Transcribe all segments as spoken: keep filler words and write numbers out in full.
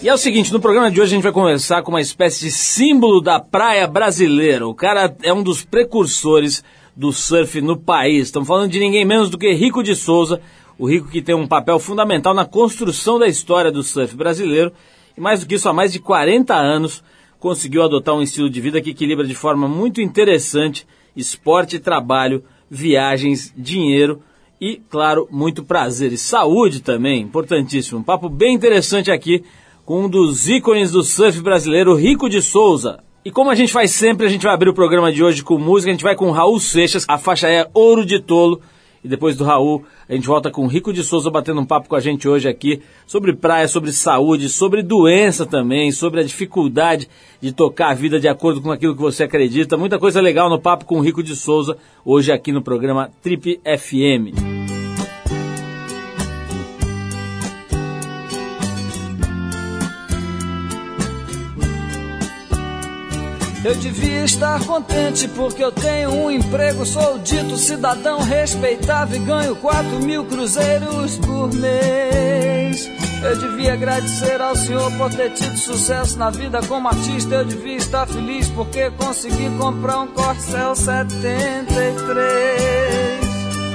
E é o seguinte, no programa de hoje a gente vai conversar com uma espécie de símbolo da praia brasileira. O cara é um dos precursores do surf no país. Estamos falando de ninguém menos do que Rico de Souza, o Rico que tem um papel fundamental na construção da história do surf brasileiro. E mais do que isso, há mais de quarenta anos, conseguiu adotar um estilo de vida que equilibra de forma muito interessante esporte e trabalho, viagens, dinheiro e, claro, muito prazer. E saúde também, importantíssimo. Um papo bem interessante aqui com um dos ícones do surf brasileiro, Rico de Souza. E como a gente faz sempre, a gente vai abrir o programa de hoje com música. A gente vai com Raul Seixas, a faixa é Ouro de Tolo. E depois do Raul, a gente volta com Rico de Souza batendo um papo com a gente hoje aqui sobre praia, sobre saúde, sobre doença também, sobre a dificuldade de tocar a vida de acordo com aquilo que você acredita. Muita coisa legal no papo com Rico de Souza, hoje aqui no programa Trip F M. Eu devia estar contente porque eu tenho um emprego, sou dito cidadão respeitável e ganho quatro mil cruzeiros por mês. Eu devia agradecer ao Senhor por ter tido sucesso na vida como artista. Eu devia estar feliz porque consegui comprar um Corcel setenta e três.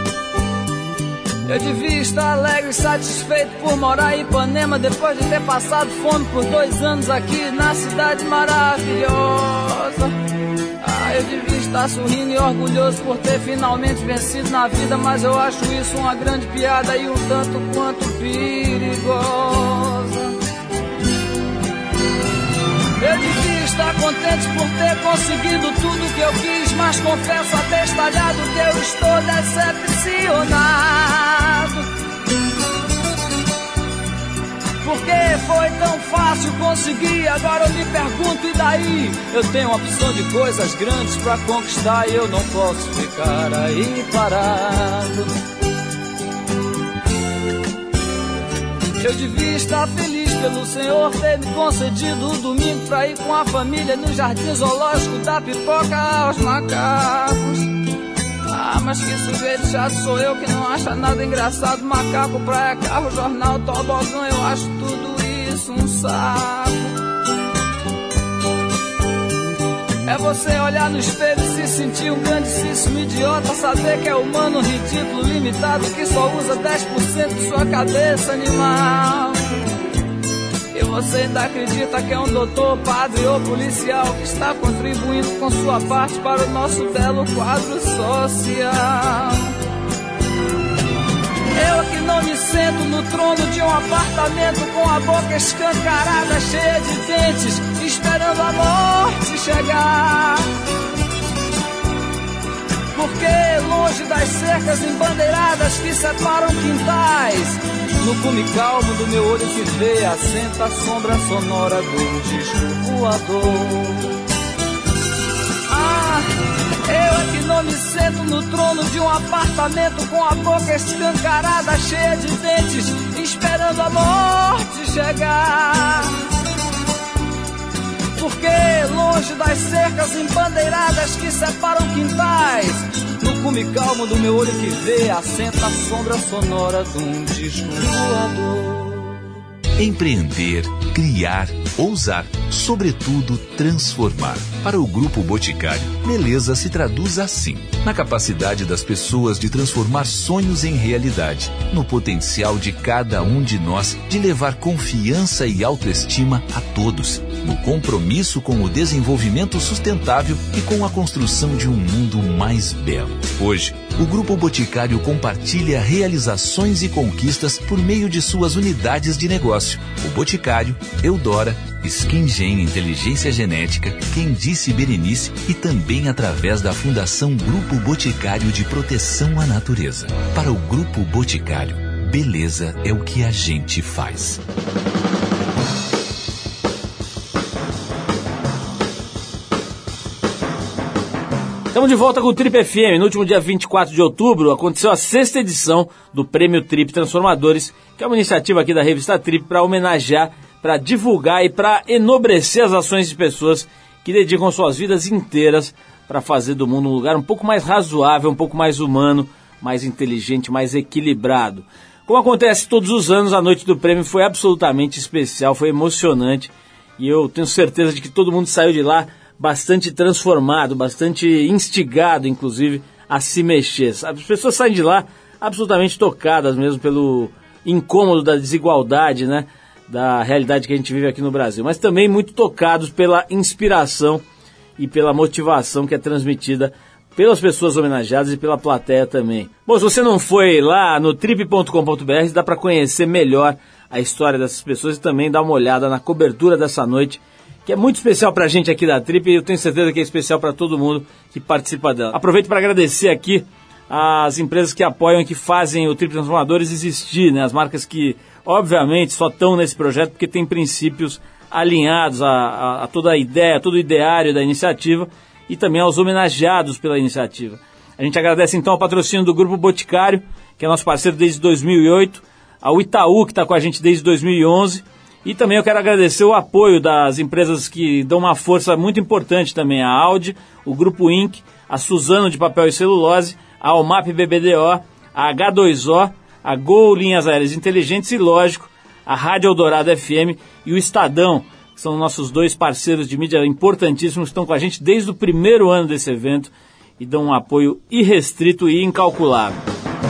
Eu devia estar alegre e satisfeito por morar em Ipanema depois de ter passado fome por dois anos aqui na cidade maravilhosa. Ah, eu devia estar sorrindo e orgulhoso por ter finalmente vencido na vida, mas eu acho isso uma grande piada e um tanto quanto perigosa. Eu devia estar contente por ter conseguido tudo que eu quis, mas confesso abestalhado que eu estou decepcionado. Porque foi tão fácil conseguir, agora eu me pergunto, e daí? Eu tenho uma opção de coisas grandes pra conquistar e eu não posso ficar aí parado. Eu devia estar feliz pelo Senhor ter me concedido o domingo pra ir com a família no jardim zoológico dar pipoca aos macacos. Ah, mas que sujeito chato sou eu que não acha nada engraçado. Macaco, praia, carro, jornal, tobogã, eu acho tudo isso um saco. É você olhar no espelho e se sentir um grandíssimo idiota, saber que é humano, ridículo, limitado, que só usa dez por cento de sua cabeça animal. E você ainda acredita que é um doutor, padre ou policial que está contribuindo com sua parte para o nosso belo quadro social. Eu que não me sento no trono de um apartamento com a boca escancarada, cheia de dentes, esperando a morte chegar. Porque longe das cercas embandeiradas que separam quintais, no cume calmo do meu olho que vê, assenta a sombra sonora do disco voador. Ah, eu é que não me sento no trono de um apartamento com a boca escancarada, cheia de dentes, esperando a morte chegar. Porque longe das cercas embandeiradas que separam quintais, no cume calmo do meu olho que vê, assenta a sombra sonora de um disco voador. Empreender, criar, ousar, sobretudo transformar. Para o Grupo Boticário, beleza se traduz assim: na capacidade das pessoas de transformar sonhos em realidade, no potencial de cada um de nós de levar confiança e autoestima a todos, no compromisso com o desenvolvimento sustentável e com a construção de um mundo mais belo. Hoje, o Grupo Boticário compartilha realizações e conquistas por meio de suas unidades de negócio: o Boticário, Eudora, SkinGen Inteligência Genética, Quem Disse Berenice e também através da Fundação Grupo Boticário de Proteção à Natureza. Para o Grupo Boticário, beleza é o que a gente faz. Estamos de volta com o Trip F M. No último dia vinte e quatro de outubro aconteceu a sexta edição do Prêmio Trip Transformadores, que é uma iniciativa aqui da revista Trip para homenagear, para divulgar e para enobrecer as ações de pessoas que dedicam suas vidas inteiras para fazer do mundo um lugar um pouco mais razoável, um pouco mais humano, mais inteligente, mais equilibrado. Como acontece todos os anos, a noite do prêmio foi absolutamente especial, foi emocionante. E eu tenho certeza de que todo mundo saiu de lá bastante transformado, bastante instigado, inclusive, a se mexer. As pessoas saem de lá absolutamente tocadas mesmo pelo incômodo da desigualdade, né, da realidade que a gente vive aqui no Brasil, mas também muito tocados pela inspiração e pela motivação que é transmitida pelas pessoas homenageadas e pela plateia também. Bom, se você não foi lá no trip ponto com ponto b r, dá para conhecer melhor a história dessas pessoas e também dar uma olhada na cobertura dessa noite, que é muito especial pra gente aqui da Trip, e eu tenho certeza que é especial para todo mundo que participa dela. Aproveito para agradecer aqui as empresas que apoiam e que fazem o Trip Transformadores existir, né? As marcas que, obviamente, só estão nesse projeto porque tem princípios alinhados a, a, a toda a ideia, a todo o ideário da iniciativa e também aos homenageados pela iniciativa. A gente agradece então ao patrocínio do Grupo Boticário, que é nosso parceiro desde dois mil e oito, ao Itaú, que está com a gente desde dois mil e onze, e também eu quero agradecer o apoio das empresas que dão uma força muito importante também, a Audi, o Grupo Inc, a Suzano de Papel e Celulose, a Almap B B D O, a H dois O, a Gol Linhas Aéreas Inteligentes e, lógico, a Rádio Eldorado F M e o Estadão, que são nossos dois parceiros de mídia importantíssimos, que estão com a gente desde o primeiro ano desse evento e dão um apoio irrestrito e incalculável.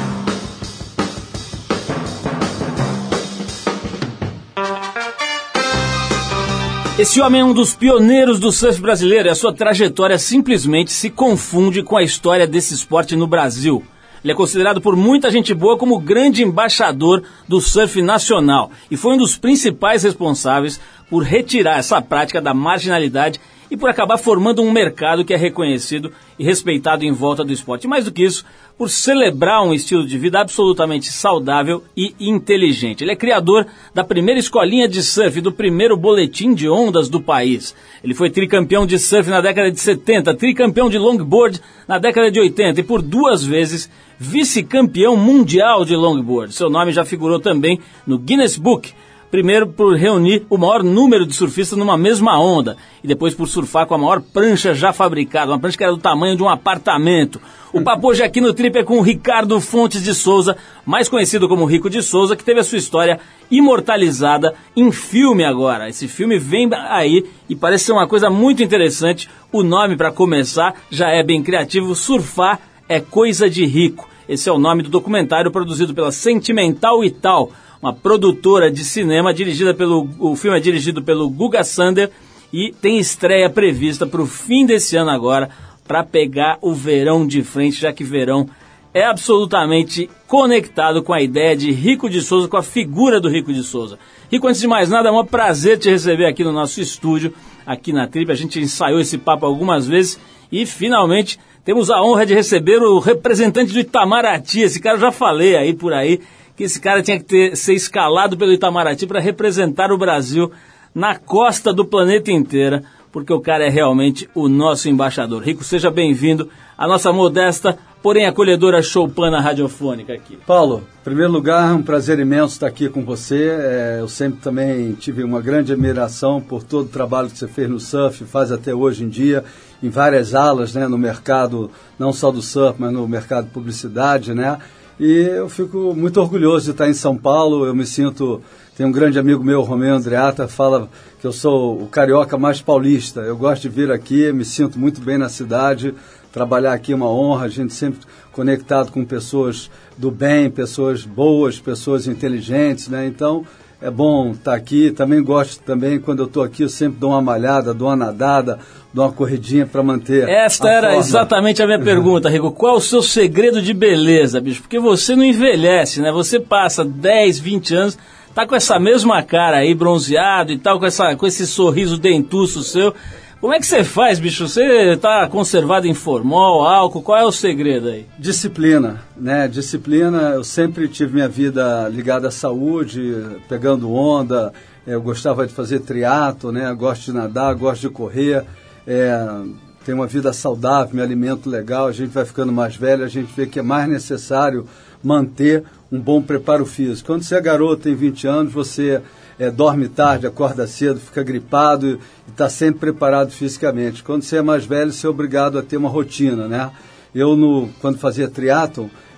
Esse homem é um dos pioneiros do surf brasileiro e a sua trajetória simplesmente se confunde com a história desse esporte no Brasil. Ele é considerado por muita gente boa como o grande embaixador do surf nacional e foi um dos principais responsáveis por retirar essa prática da marginalidade e por acabar formando um mercado que é reconhecido e respeitado em volta do esporte. E mais do que isso, por celebrar um estilo de vida absolutamente saudável e inteligente. Ele é criador da primeira escolinha de surf, do primeiro boletim de ondas do país. Ele foi tricampeão de surf na década de setenta, tricampeão de longboard na década de oitenta e por duas vezes vice-campeão mundial de longboard. Seu nome já figurou também no Guinness Book, primeiro por reunir o maior número de surfistas numa mesma onda, e depois por surfar com a maior prancha já fabricada, uma prancha que era do tamanho de um apartamento. O papo hoje aqui no Trip é com o Ricardo Fontes de Souza, mais conhecido como Rico de Souza, que teve a sua história imortalizada em filme agora. Esse filme vem aí e parece ser uma coisa muito interessante. O nome, para começar, já é bem criativo: Surfar é Coisa de Rico. Esse é o nome do documentário produzido pela Sentimental e Tal, uma produtora de cinema dirigida pelo... O filme é dirigido pelo Guga Sander e tem estreia prevista para o fim desse ano agora, para pegar o verão de frente, já que verão é absolutamente conectado com a ideia de Rico de Souza, com a figura do Rico de Souza. Rico, antes de mais nada, é um prazer te receber aqui no nosso estúdio, aqui na Trip. A gente ensaiou esse papo algumas vezes e finalmente temos a honra de receber o representante do Itamaraty. Esse cara eu já falei aí por aí, que esse cara tinha que ter, ser escalado pelo Itamaraty para representar o Brasil na costa do planeta inteiro, porque o cara é realmente o nosso embaixador. Rico, seja bem-vindo à nossa modesta, porém acolhedora choupana radiofônica aqui. Paulo, em primeiro lugar, é um prazer imenso estar aqui com você. É, eu sempre também tive uma grande admiração por todo o trabalho que você fez no surf, faz até hoje em dia, em várias alas, né, no mercado, não só do surf, mas no mercado de publicidade, né? E eu fico muito orgulhoso de estar em São Paulo. Eu me sinto... Tem um grande amigo meu, Romeu Andreata, fala que eu sou o carioca mais paulista. Eu gosto de vir aqui, me sinto muito bem na cidade. Trabalhar aqui é uma honra, a gente sempre conectado com pessoas do bem, pessoas boas, pessoas inteligentes, né? Então, é bom estar aqui. Também gosto, também, quando eu estou aqui, eu sempre dou uma malhada, dou uma nadada, dou uma corridinha para manter Esta a era forma. Exatamente a minha pergunta, Rico. Qual é o seu segredo de beleza, bicho? Porque você não envelhece, né? Você passa dez, vinte anos, tá com essa mesma cara aí, bronzeado e tal, com, essa, com esse sorriso dentuço seu. Como é que você faz, bicho? Você tá conservado em formol, álcool? Qual é o segredo aí? Disciplina, né? Disciplina. Eu sempre tive minha vida ligada à saúde, pegando onda. Eu gostava de fazer triatlo, né? Gosto de nadar, gosto de correr. É, tenho uma vida saudável, me alimento legal. A gente vai ficando mais velho, a gente vê que é mais necessário manter um bom preparo físico. Quando você é garoto, tem vinte anos, você é, dorme tarde, acorda cedo, fica gripado e está sempre preparado fisicamente. Quando você é mais velho, você é obrigado a ter uma rotina, né? Eu, no, quando fazia triatlon,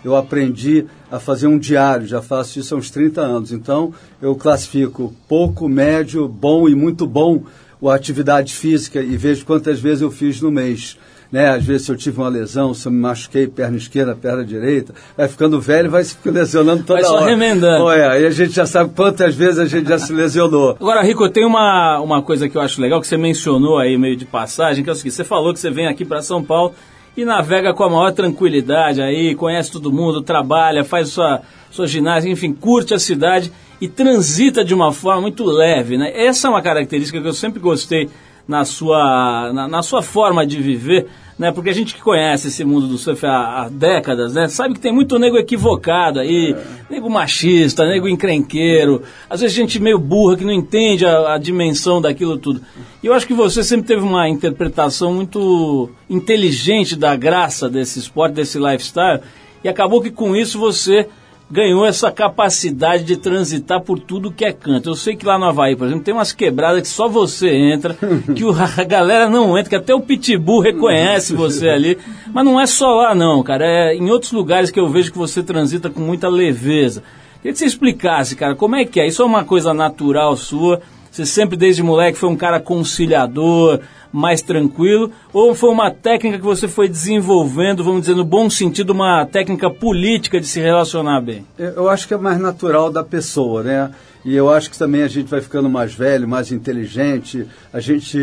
eu aprendi a fazer um diário, já faço isso há uns trinta anos. Então, eu classifico pouco, médio, bom e muito bom a atividade física e vejo quantas vezes eu fiz no mês. Né? Às vezes, se eu tive uma lesão, se eu me machuquei perna esquerda, perna direita, vai ficando velho, vai se lesionando toda vai só hora. remendando. Pô, é, aí a gente já sabe quantas vezes a gente já se lesionou. Agora, Rico, tem uma, uma coisa que eu acho legal, que você mencionou aí meio de passagem, que é o seguinte, você falou que você vem aqui para São Paulo e navega com a maior tranquilidade aí, conhece todo mundo, trabalha, faz sua, sua ginástica, enfim, curte a cidade e transita de uma forma muito leve, né? Essa é uma característica que eu sempre gostei na sua, na, na sua forma de viver, né? Porque a gente que conhece esse mundo do surf há, há décadas, né? Sabe que tem muito nego equivocado aí, é. nego machista, nego encrenqueiro, às vezes gente meio burra que não entende a, a dimensão daquilo tudo. E eu acho que você sempre teve uma interpretação muito inteligente da graça desse esporte, desse lifestyle, e acabou que com isso você ganhou essa capacidade de transitar por tudo que é canto. Eu sei que lá no Havaí, por exemplo, tem umas quebradas que só você entra, que o, a galera não entra, que até o Pitbull reconhece você ali. Mas não é só lá não, cara. É em outros lugares que eu vejo que você transita com muita leveza. Queria que você explicasse, cara, como é que é? Isso é uma coisa natural sua? Você sempre, desde moleque, foi um cara conciliador, mais tranquilo, ou foi uma técnica que você foi desenvolvendo, vamos dizer, no bom sentido, uma técnica política de se relacionar bem? Eu acho que é mais natural da pessoa, né? E eu acho que também a gente vai ficando mais velho, mais inteligente, a gente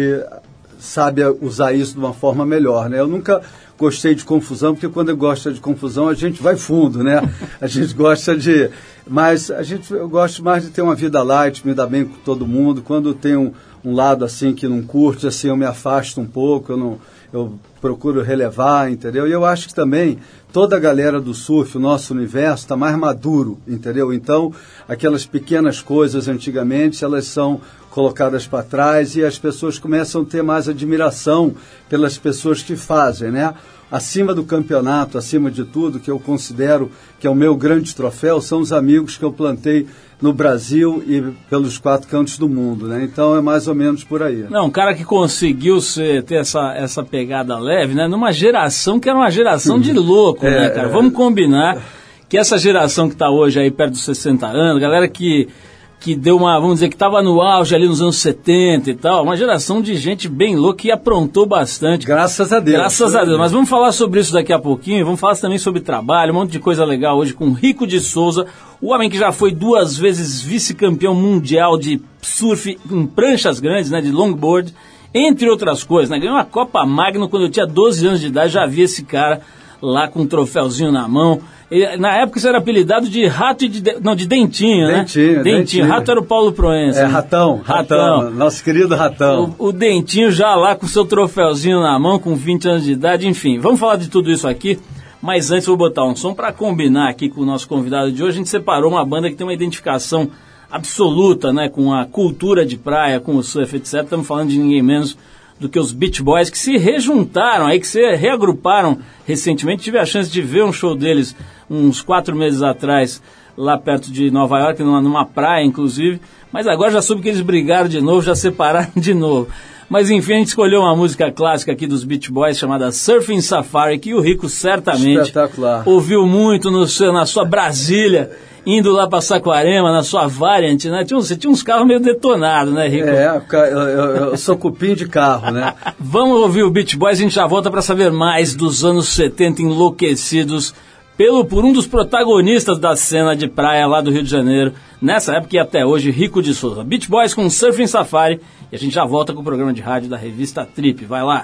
sabe usar isso de uma forma melhor, né? Eu nunca gostei de confusão, porque quando eu gosto de confusão, a gente vai fundo, né? A gente gosta de... Mas a gente, eu gosto mais de ter uma vida light, me dar bem com todo mundo. Quando tem um, um lado assim que não curte, assim, eu me afasto um pouco, eu, não, eu procuro relevar, entendeu? E eu acho que também toda a galera do surf, o nosso universo, está mais maduro, entendeu? Então, aquelas pequenas coisas antigamente, elas são colocadas para trás e as pessoas começam a ter mais admiração pelas pessoas que fazem, né? Acima do campeonato, acima de tudo, que eu considero que é o meu grande troféu, são os amigos que eu plantei no Brasil e pelos quatro cantos do mundo, né? Então é mais ou menos por aí. Não, um cara que conseguiu ser, ter essa, essa pegada leve, né? Numa geração que era uma geração de louco, é, né, cara? Vamos combinar que essa geração que está hoje aí perto dos sessenta anos, galera que... que deu uma, vamos dizer, que estava no auge ali nos anos setenta e tal, uma geração de gente bem louca e aprontou bastante. Graças a Deus. Graças a Deus. Mas vamos falar sobre isso daqui a pouquinho, vamos falar também sobre trabalho, um monte de coisa legal hoje com Rico de Souza, o homem que já foi duas vezes vice-campeão mundial de surf em pranchas grandes, né, de longboard, entre outras coisas, né, ganhou uma Copa Magnum quando eu tinha doze anos de idade, já vi esse cara lá com um troféuzinho na mão. E, na época isso era apelidado de rato e de, de não, de dentinho, né? Dentinho, dentinho. Rato era o Paulo Proença. É, né? ratão, ratão, ratão, nosso querido Ratão. O, o Dentinho já lá com seu troféuzinho na mão, com vinte anos de idade, enfim. Vamos falar de tudo isso aqui, mas antes eu vou botar um som para combinar aqui com o nosso convidado de hoje. A gente separou uma banda que tem uma identificação absoluta, né, com a cultura de praia, com o surf, etcétera. Estamos falando de ninguém menos do que os Beach Boys, que se rejuntaram aí, que se reagruparam recentemente. Tive a chance de ver um show deles uns quatro meses atrás, lá perto de Nova York, numa, numa praia, inclusive. Mas agora já soube que eles brigaram de novo, já separaram de novo. Mas enfim, a gente escolheu uma música clássica aqui dos Beach Boys, chamada Surfing Safari, que o Rico certamente ouviu muito no seu, na sua Brasília, indo lá para Saquarema, na sua Variant, né? Tinha, você tinha uns carros meio detonados, né, Rico? É, eu, eu, eu sou cupim de carro, né? Vamos ouvir o Beach Boys, a gente já volta para saber mais dos anos setenta enlouquecidos pelo, por um dos protagonistas da cena de praia lá do Rio de Janeiro, nessa época e até hoje, Rico de Souza. Beach Boys com Surfing Safari, e a gente já volta com o programa de rádio da revista Trip. Vai lá!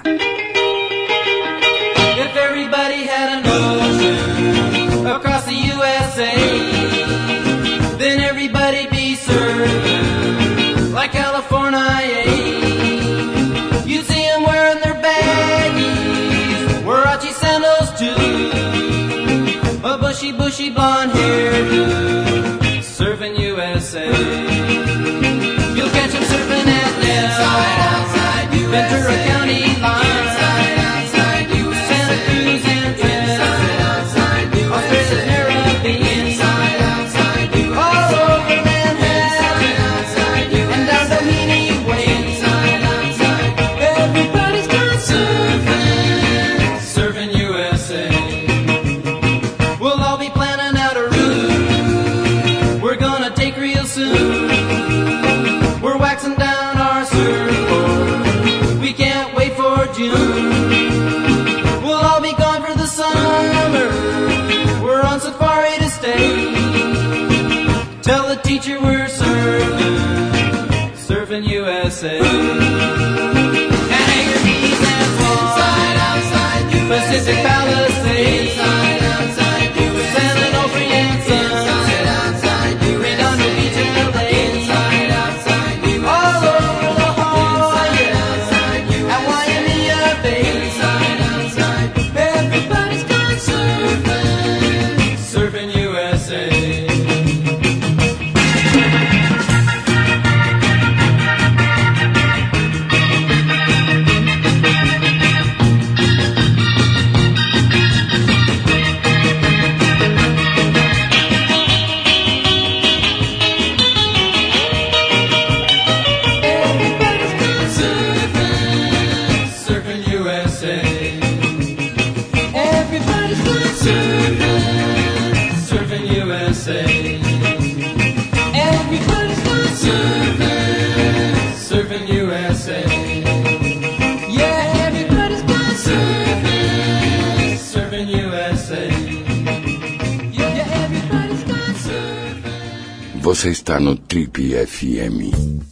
If everybody had an ocean across the U S A, then everybody'd be surfing like California. You'd see them wearing their baggies, Warachi sandals too, a bushy, bushy blonde hairdo, surfing U S A. You'll catch them surfing at Nell, Ventura County line. All over Manhattan and down Doheny Way. beach you were surfing, surfing U S A. And hang your knees and fall inside, outside, U S A. Pacific Palisades, inside, outside, U S A. San Onofre and Sun, inside, outside, U S A. Redondo Beach in L A, inside, outside, U S A. All over the hall, yeah, outside, U S A. At Waimea Bay, inside, outside, everybody's gone surfing, surfing U S A. Você está no Trip F M.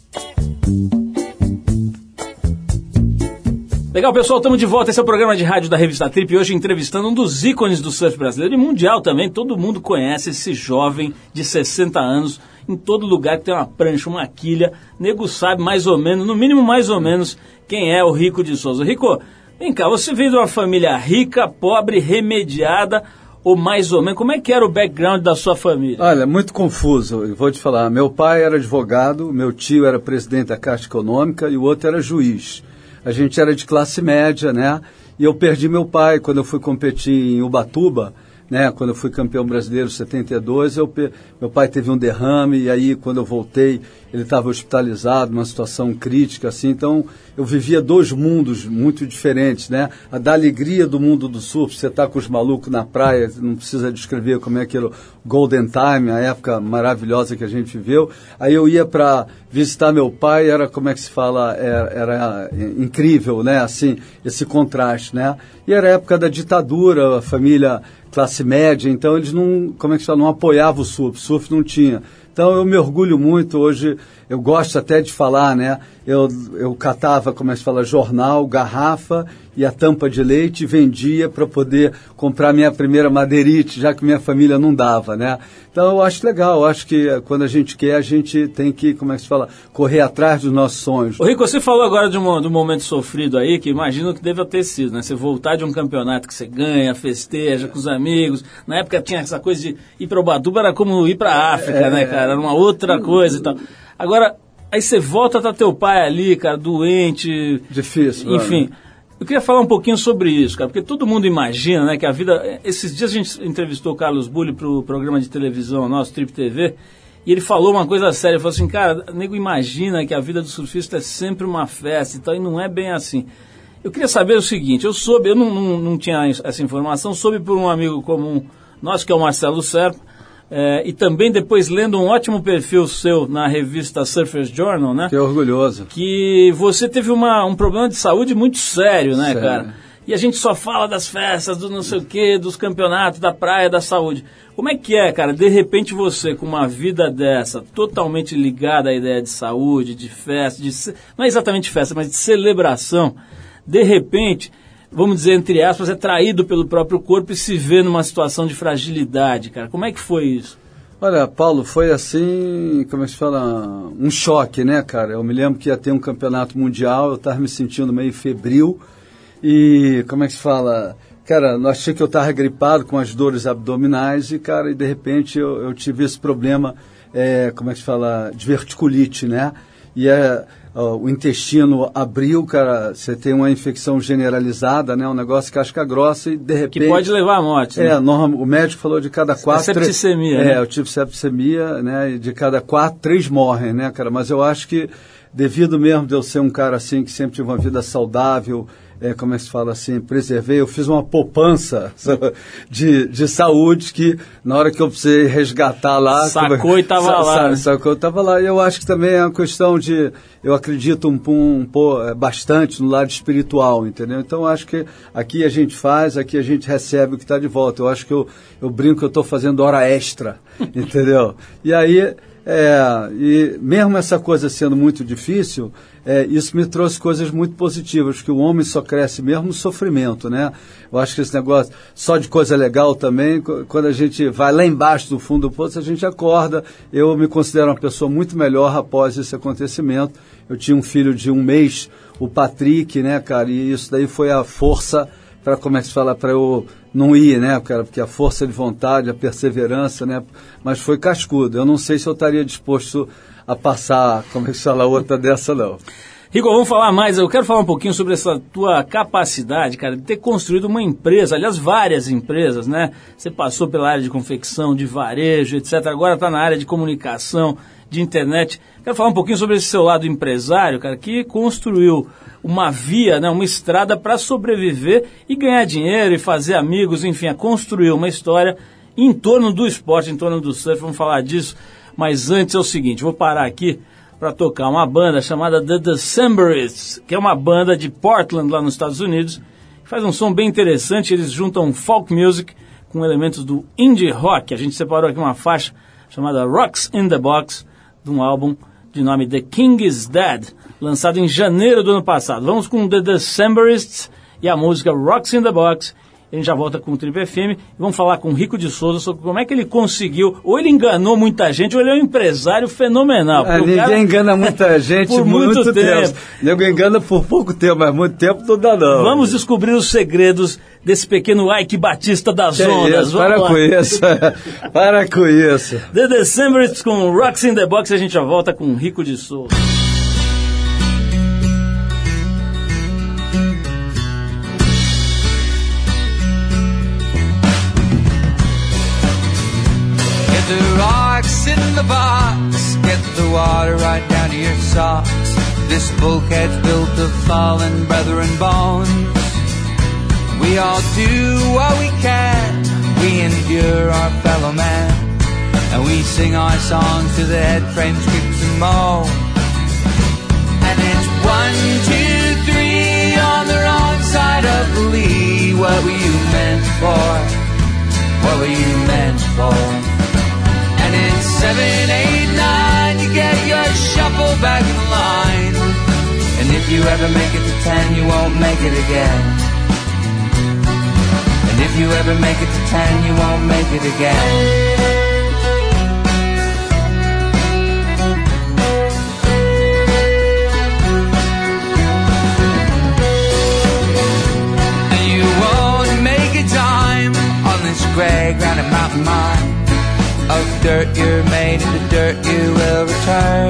Legal, pessoal, estamos de volta. Esse é o programa de rádio da revista Trip. Hoje entrevistando um dos ícones do surf brasileiro e mundial também. Todo mundo conhece esse jovem de sessenta anos. Em todo lugar que tem uma prancha, uma quilha, nego sabe mais ou menos, no mínimo mais ou menos, quem é o Rico de Souza. Rico, vem cá, você veio de uma família rica, pobre, remediada, ou mais ou menos, como é que era o background da sua família? Olha, muito confuso, eu vou te falar. Meu pai era advogado, meu tio era presidente da Caixa Econômica e o outro era juiz. A gente era de classe média, né? E eu perdi meu pai quando eu fui competir em Ubatuba, né? Quando eu fui campeão brasileiro em setenta e dois, eu, meu pai teve um derrame e aí quando eu voltei ele estava hospitalizado, uma situação crítica, assim. Então eu vivia dois mundos muito diferentes, né? A da alegria do mundo do surf, você tá com os malucos na praia, não precisa descrever como é que era o Golden Time, a época maravilhosa que a gente viveu. Aí eu ia para visitar meu pai, era, como é que se fala, era, era incrível, né? Assim, esse contraste, né? E era a época da ditadura, a família classe média, então eles não, como é que se fala, não apoiavam o surf, surf não tinha. Então eu me orgulho muito, hoje eu gosto até de falar, né? Eu, eu catava, como é que se fala, jornal, garrafa e a tampa de leite e vendia para poder comprar minha primeira madeirite, já que minha família não dava, né? Então eu acho legal, eu acho que quando a gente quer, a gente tem que, como é que se fala, correr atrás dos nossos sonhos. Ô Rico, você falou agora de um, de um momento sofrido aí, que imagino que deva ter sido, né? Você voltar de um campeonato que você ganha, festeja com os amigos, na época tinha essa coisa de ir para Ubatuba, era como ir para a África, é, né, cara? Era uma outra coisa e tal. Agora, aí você volta, tá teu pai ali, cara, doente. Difícil. Enfim, mano. Eu queria falar um pouquinho sobre isso, cara, porque todo mundo imagina, né, que a vida... Esses dias a gente entrevistou o Carlos Bulli pro programa de televisão nosso, Trip T V, e ele falou uma coisa séria, ele falou assim, cara, o nego imagina que a vida do surfista é sempre uma festa e tal, e não é bem assim. Eu queria saber o seguinte, eu soube, eu não, não, não tinha essa informação, soube por um amigo comum nosso, que é o Marcelo Serpa, É, e também depois lendo um ótimo perfil seu na revista Surfers Journal, né? Que orgulhoso. Que você teve uma, um problema de saúde muito sério, né, sério. cara? E a gente só fala das festas, do não sei o quê, dos campeonatos, da praia, da saúde. Como é que é, cara? De repente você, com uma vida dessa, totalmente ligada à ideia de saúde, de festa, de, não é exatamente festa, mas de celebração, de repente... vamos dizer, entre aspas, é traído pelo próprio corpo e se vê numa situação de fragilidade, cara. Como é que foi isso? Olha, Paulo, foi assim, como é que se fala, um choque, né, cara? Eu me lembro que ia ter um campeonato mundial, eu estava me sentindo meio febril e, como é que se fala, cara, eu achei que eu estava gripado com as dores abdominais e, cara, e de repente eu, eu tive esse problema, é, como é que se fala, diverticulite, né? E é... Uh, o intestino abriu, cara, você tem uma infecção generalizada, né, um negócio casca grossa e de repente... Que pode levar à morte, É, né? norma, o médico falou de cada quatro... É septicemia, três, né? É, eu tive septicemia, né, e de cada quatro, três morrem, né, cara, mas eu acho que devido mesmo de eu ser um cara assim, que sempre tive uma vida saudável, é, como é que se fala assim, preservei, eu fiz uma poupança de, de saúde que na hora que eu precisei resgatar lá... Sacou como, e estava sa, lá. Sa, né? Sacou e estava lá. E eu acho que também é uma questão de... Eu acredito um, um, um, bastante no lado espiritual, entendeu? Então eu acho que aqui a gente faz, aqui a gente recebe o que está de volta. Eu acho que eu, eu brinco que eu estou fazendo hora extra, entendeu? E aí... É, e mesmo essa coisa sendo muito difícil, é, isso me trouxe coisas muito positivas, que o homem só cresce mesmo no sofrimento, né? Eu acho que esse negócio só de coisa legal também, quando a gente vai lá embaixo do fundo do poço, a gente acorda. Eu me considero uma pessoa muito melhor após esse acontecimento. Eu tinha um filho de um mês, o Patrick, né, cara, e isso daí foi a força para, como é que se fala, para eu não ir, né, cara, porque a força de vontade, a perseverança, né, mas foi cascudo. Eu não sei se eu estaria disposto a passar, como é que se fala, outra dessa, não. Rico, vamos falar mais, eu quero falar um pouquinho sobre essa tua capacidade, cara, de ter construído uma empresa, aliás, várias empresas, né? Você passou pela área de confecção, de varejo, etcétera. Agora está na área de comunicação, de internet. Quero falar um pouquinho sobre esse seu lado empresário, cara, que construiu uma via, né, uma estrada para sobreviver e ganhar dinheiro e fazer amigos, enfim, a construir uma história em torno do esporte, em torno do surf. Vamos falar disso, mas antes é o seguinte, vou parar aqui para tocar uma banda chamada The Decemberists, que é uma banda de Portland, lá nos Estados Unidos, que faz um som bem interessante. Eles juntam folk music com elementos do indie rock. A gente separou aqui uma faixa chamada Rocks in the Box, de um álbum de nome The King is Dead, lançado em janeiro do ano passado. Vamos com The Decemberists e a música Rocks in the Box. A gente já volta com o Trip F M e vamos falar com o Rico de Souza sobre como é que ele conseguiu, ou ele enganou muita gente, ou ele é um empresário fenomenal. É, ninguém cara, engana muita gente por muito, muito tempo. tempo. Ninguém engana por pouco tempo, mas muito tempo não dá não. Vamos descobrir os segredos desse pequeno Ike Batista das que ondas. Isso, para lá. com isso, para com isso. The Decemberists com Rocks in the Box, a gente já volta com o Rico de Souza. In the box, get the water right down to your socks. This bulkhead's built of fallen brethren bones. We all do what we can, we endure our fellow man, and we sing our songs to the head frame creaks and moan. And it's one, two, three on the wrong side of the lee. What were you meant for? What were you meant for? And in seven, eight, nine, you get your shuffle back in the line. And if you ever make it to ten, you won't make it again. And if you ever make it to ten, you won't make it again. And you won't make a dime on this gray granite mountain mine. Of dirt you're made, and the dirt you will return.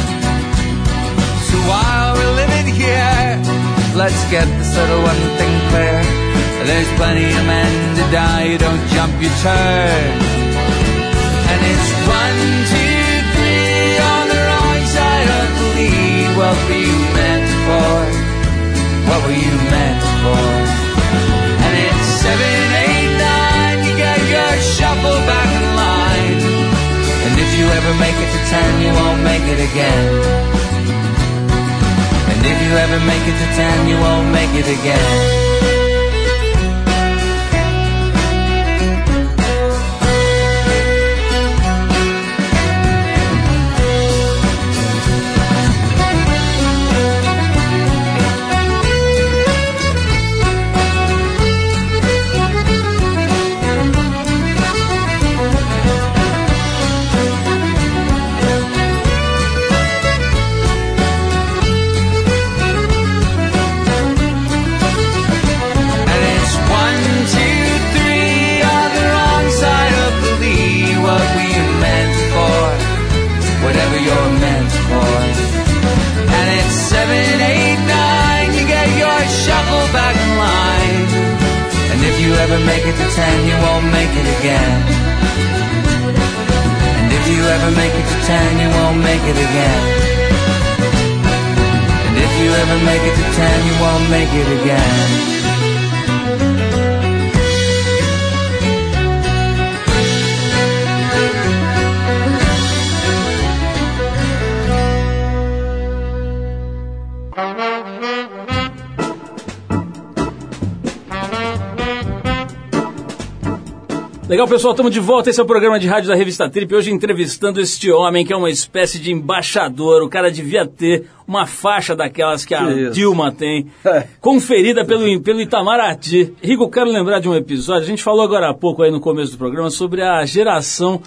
So while we're living here, let's get this little one thing clear. There's plenty of men to die, you don't jump, you turn. And it's one, two, three on the wrong side of the lead. What were you meant for? What were you meant for? And it's seven, eight, nine, you get your shuffle back in line. If you ever make it to ten, you won't make it again. And if you ever make it to ten, you won't make it again. Ever make it to ten, you won't make it again. And if you ever make it to ten, you won't make it again. And if you ever make it to ten, you won't make it again. Legal, pessoal, estamos de volta. Esse é o programa de rádio da Revista Trip. Hoje entrevistando este homem que é uma espécie de embaixador. O cara devia ter uma faixa daquelas que a que Dilma tem, é. conferida pelo, pelo Itamaraty. Rico, eu quero lembrar de um episódio. A gente falou agora há pouco aí no começo do programa sobre a geração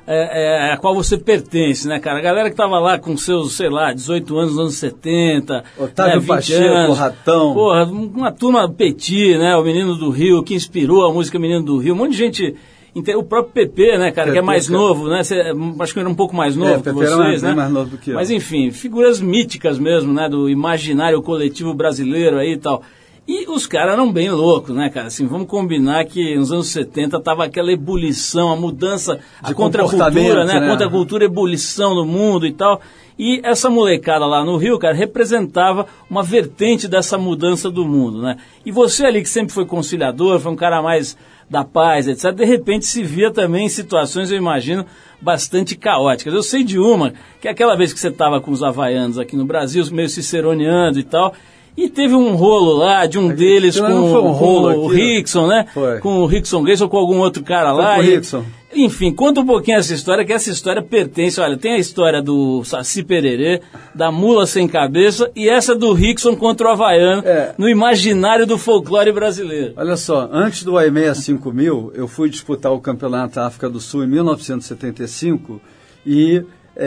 é, é, a qual você pertence, né, cara? A galera que tava lá com seus, sei lá, dezoito anos nos anos setenta, Otávio né, Pacheco, Ratão. Porra, uma turma Petit, né? O Menino do Rio, que inspirou a música Menino do Rio. Um monte de gente... O próprio Pepe, né, cara, Pepe, que é mais cara. novo, né? Cê, acho que era um pouco mais novo é, que Pepe vocês, era mais, né? mais novo do que eu. Mas enfim, figuras míticas mesmo, né? Do imaginário coletivo brasileiro aí e tal. E os caras eram bem loucos, né, cara? Assim, vamos combinar que nos anos setenta tava aquela ebulição, a mudança, a contracultura, né? né? A contracultura, ebulição no mundo e tal. E essa molecada lá no Rio, cara, representava uma vertente dessa mudança do mundo, né? E você ali que sempre foi conciliador, foi um cara mais da paz, etcétera, de repente se via também em situações, eu imagino, bastante caóticas. Eu sei de uma, que é aquela vez que você estava com os havaianos aqui no Brasil, meio ciceroneando e tal, e teve um rolo lá de um aqui, deles com, um rolo com o aqui, Rickson, né? Foi. Com o Rickson Grace ou com algum outro cara foi lá. Com o e, Rickson. Enfim, conta um pouquinho essa história, que essa história pertence, olha, tem a história do Saci Pererê, da Mula Sem Cabeça, e essa do Rickson contra o Havaiano, é. no imaginário do folclore brasileiro. Olha só, antes do A E sessenta e cinco mil, eu fui disputar o Campeonato da África do Sul em mil novecentos e setenta e cinco, e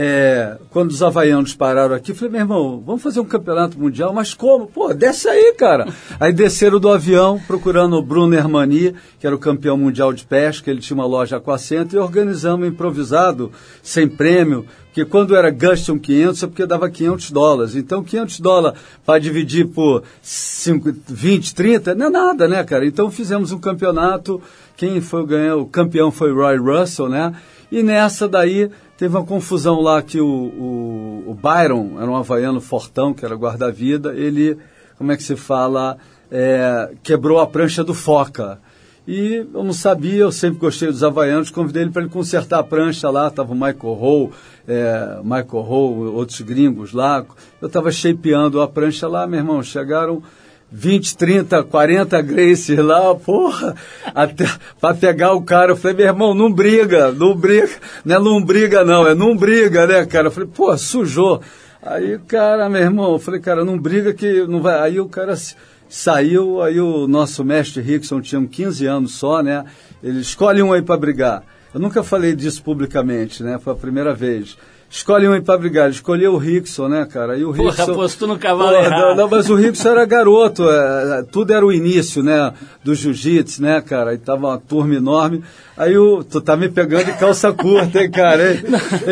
é, quando os havaianos pararam aqui, eu falei, meu irmão, vamos fazer um campeonato mundial, mas como? Pô, desce aí, cara. Aí desceram do avião procurando o Bruno Hermani, que era o campeão mundial de pesca, ele tinha uma loja aquacenta, e organizamos um improvisado, sem prêmio, porque quando era Guston quinhentos é porque dava quinhentos dólares. Então quinhentos dólares para dividir por cinco, vinte, trinta, não é nada, né, cara? Então fizemos um campeonato, quem foi o ganhar, o campeão foi Roy Russell, né? E nessa daí teve uma confusão lá que o, o, o Byron, era um havaiano fortão, que era guarda-vida, ele, como é que se fala, é, quebrou a prancha do Foca. E eu não sabia, eu sempre gostei dos havaianos, convidei ele para ele consertar a prancha lá, estava o Michael Rowe, é, Michael Rowe, outros gringos lá, eu estava shapeando a prancha lá, meu irmão, chegaram vinte, trinta, quarenta Gracies lá, porra, até pra pegar o cara, eu falei, meu irmão, não briga, não briga, não é não briga não, é não briga, né, cara, eu falei, pô, sujou, aí, cara, meu irmão, eu falei, cara, não briga que não vai, aí o cara saiu, aí o nosso mestre Rickson tinha quinze anos só, né, ele escolhe um aí pra brigar, eu nunca falei disso publicamente, né, foi a primeira vez. Escolhe um aí pra brigar, escolheu o Rickson, né, cara? E o Rickson, porra, apostou no cavalo porra, errado. Não, não, mas o Rickson era garoto, é, tudo era o início, né, do jiu-jitsu, né, cara? Aí tava uma turma enorme. Aí o, tu tá me pegando de calça curta, hein, cara? Aí,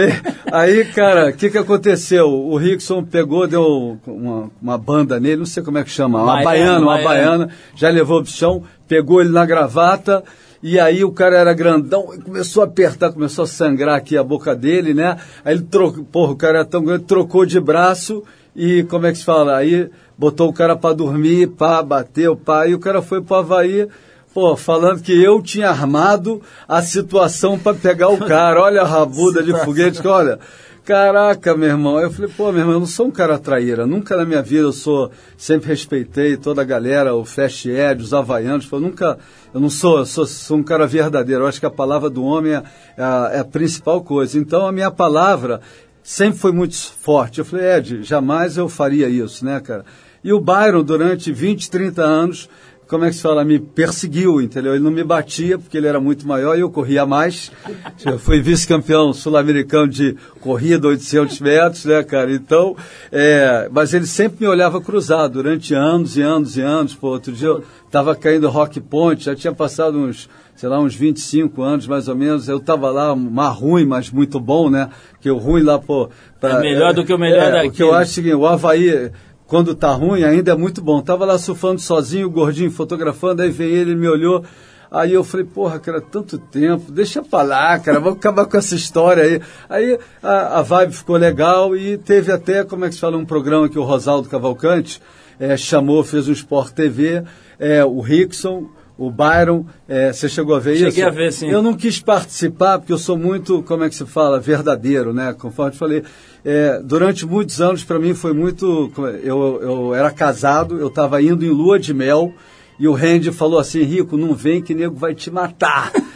aí cara, o que que aconteceu? O Rickson pegou, deu uma, uma banda nele, não sei como é que chama, uma baiana, uma baiana, já levou pro chão, pegou ele na gravata. E aí o cara era grandão, começou a apertar, começou a sangrar aqui a boca dele, né? Aí ele trocou, porra, o cara era tão grande, trocou de braço e, como é que se fala? Aí botou o cara pra dormir, pá, bateu, pá, e o cara foi pro Havaí, pô, falando que eu tinha armado a situação pra pegar o cara. Olha a rabuda de foguete, que olha... Caraca, meu irmão, eu falei, pô, meu irmão, eu não sou um cara traíra, nunca na minha vida eu sou, sempre respeitei toda a galera, o Fast Ed, os havaianos, eu nunca, eu não sou, eu sou, sou um cara verdadeiro, eu acho que a palavra do homem é, é, a, é a principal coisa, então a minha palavra sempre foi muito forte, eu falei, Ed, jamais eu faria isso, né, cara, e o Byron, durante vinte, trinta anos, como é que se fala, me perseguiu, entendeu? Ele não me batia, porque ele era muito maior e eu corria mais. Eu fui vice-campeão sul-americano de corrida, oitocentos metros, né, cara? Então, é, mas ele sempre me olhava cruzado, durante anos e anos e anos. Pô, outro dia eu estava caindo Rock Point, já tinha passado uns, sei lá, uns vinte e cinco anos, mais ou menos. Eu estava lá, mais ruim, mas muito bom, né? Porque o ruim lá, pô... Pra, é melhor do que o melhor é, daqui. O que eu acho é o seguinte, o Havaí... Quando tá ruim, ainda é muito bom. Tava lá surfando sozinho, o gordinho fotografando, aí veio ele, ele me olhou. Aí eu falei, porra, cara, tanto tempo, deixa pra lá, cara, vamos acabar com essa história aí. Aí a, a vibe ficou legal e teve até, como é que se fala, um programa que o Rosaldo Cavalcante é, chamou, fez um Sport T V, é, o Rickson, o Byron, é, você chegou a ver Cheguei isso? Cheguei a ver, sim. Eu não quis participar porque eu sou muito, como é que se fala, verdadeiro, né? Conforme eu falei, é, durante muitos anos para mim foi muito... Eu, eu era casado, eu estava indo em lua de mel e o Randy falou assim, Rico, não vem que nego vai te matar.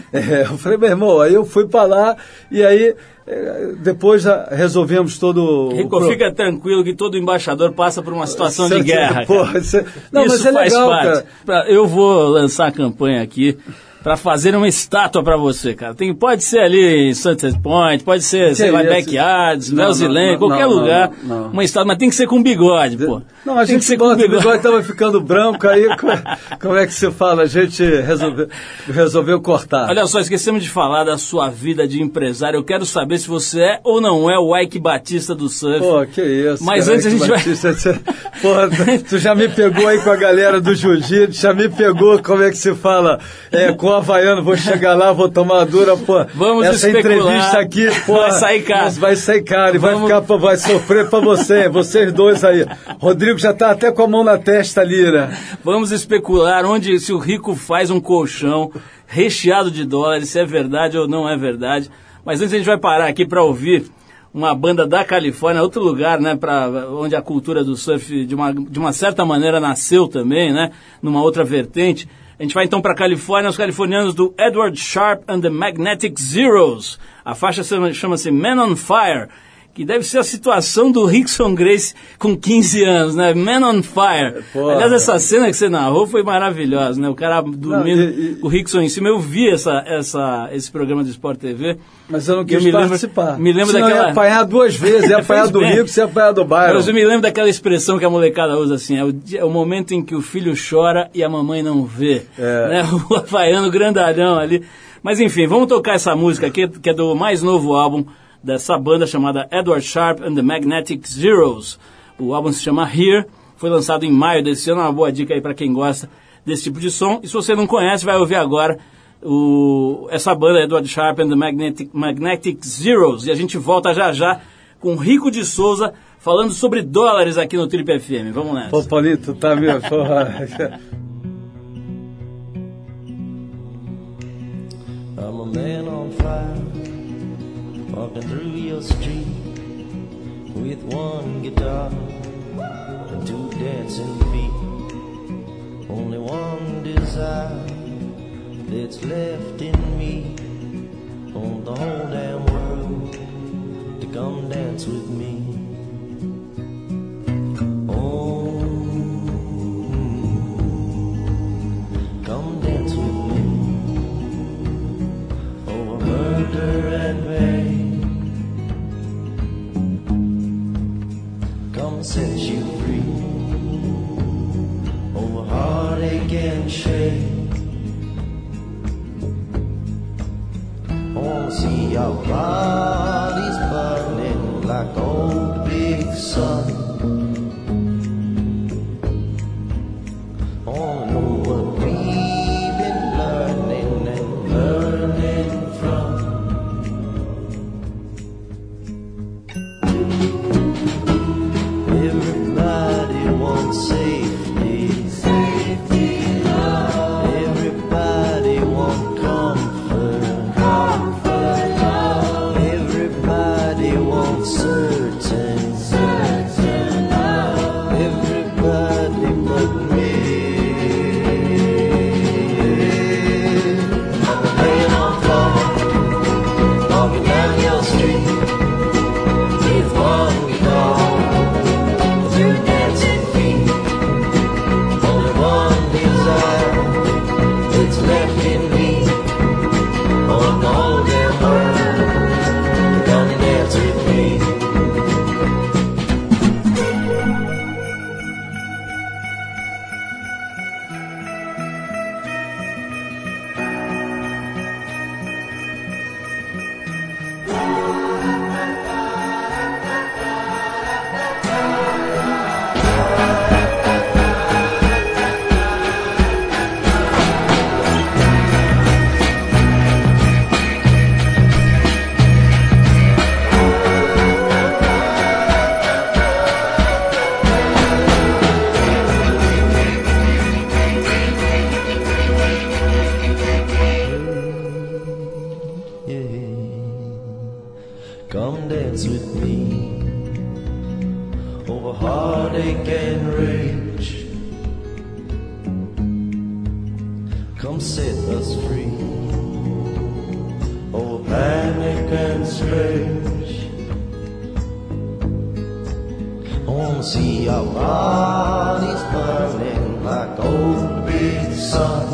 É, eu falei, meu irmão, aí eu fui para lá e aí é, depois já resolvemos todo o... Rico, pro... fica tranquilo que todo embaixador passa por uma situação de guerra. Porra, você... Não, Isso mas é faz legal, parte. cara. Eu vou lançar a campanha aqui para fazer uma estátua para você, cara. Tem, pode ser ali em Sunset Point, pode ser, sei lá, Backyards, Velzilene, qualquer não, lugar, não, não, não. uma estátua, mas tem que ser com bigode, pô. Não, a tem gente que ser bota, com bigode. O bigode tava ficando branco, aí como é que se fala? A gente resolveu, resolveu cortar. Olha só, esquecemos de falar da sua vida de empresário. Eu quero saber se você é ou não é o Ike Batista do surf. Pô, que isso. Mas cara, antes a gente Batista, vai... Porra, tu já me pegou aí com a galera do jiu-jitsu, já me pegou, como é que se fala, é, com o havaiano, vou chegar lá, vou tomar dura, pô. Vamos essa especular. entrevista aqui, pô, vai sair caro. Vai sair caro e Vamos... vai ficar, vai sofrer pra você, vocês dois aí. Rodrigo já tá até com a mão na testa ali, né? Vamos especular onde, se o Rico faz um colchão recheado de dólares, se é verdade ou não é verdade. Mas antes a gente vai parar aqui para ouvir uma banda da Califórnia, outro lugar, né, pra, onde a cultura do surf de uma, de uma certa maneira nasceu também, né, numa outra vertente. A gente vai então para a Califórnia, os californianos do Edward Sharp and the Magnetic Zeros. A faixa chama-se Man on Fire, que deve ser a situação do Rickson Gracie com quinze anos, né? Man on Fire. Porra. Aliás, essa cena que você narrou foi maravilhosa, né? O cara dormindo, não, e, e... o Rickson em cima. Eu vi essa, essa, esse programa do Sport T V. Mas eu não quis eu participar. Lembro, me lembro Senão daquela... ia apanhar duas vezes, ia apanhar do Rico, ia apanhar do Byron. Mas eu me lembro daquela expressão que a molecada usa assim, é o, é o momento em que o filho chora e a mamãe não vê. É. Né? O havaiano grandalhão ali. Mas enfim, vamos tocar essa música aqui, que é do mais novo álbum dessa banda chamada Edward Sharp and the Magnetic Zeros. O álbum se chama Here, foi lançado em maio desse ano, uma boa dica aí para quem gosta desse tipo de som. E se você não conhece, vai ouvir agora o, essa banda Edward Sharp and the Magnetic, Magnetic Zeros. E a gente volta já já com Rico de Souza falando sobre dólares aqui no Trip F M. Vamos nessa. Pô, Paulito, tá meu, porra. I'm a man on fire, walking through your street with one guitar and two dancing feet. Only one desire that's left in me, on the whole damn world to come dance with me. Oh, come dance with me over murder and pain. Come set you free over heartache and shame. I wanna see your bodies burning like old big sun. I wanna know what we've been learning and learning from. Everybody wants safety, safety, love. Everybody wants comfort, comfort, love. Everybody wants certain, certain love. Everybody but me. I'm a man on fire, walking down your street with one guitar. Left in me, on the whole damn world, come and dance with me. Come dance with me over heartache and rage. Come set us free stretch. I wanna see our bodies burning like old big sun.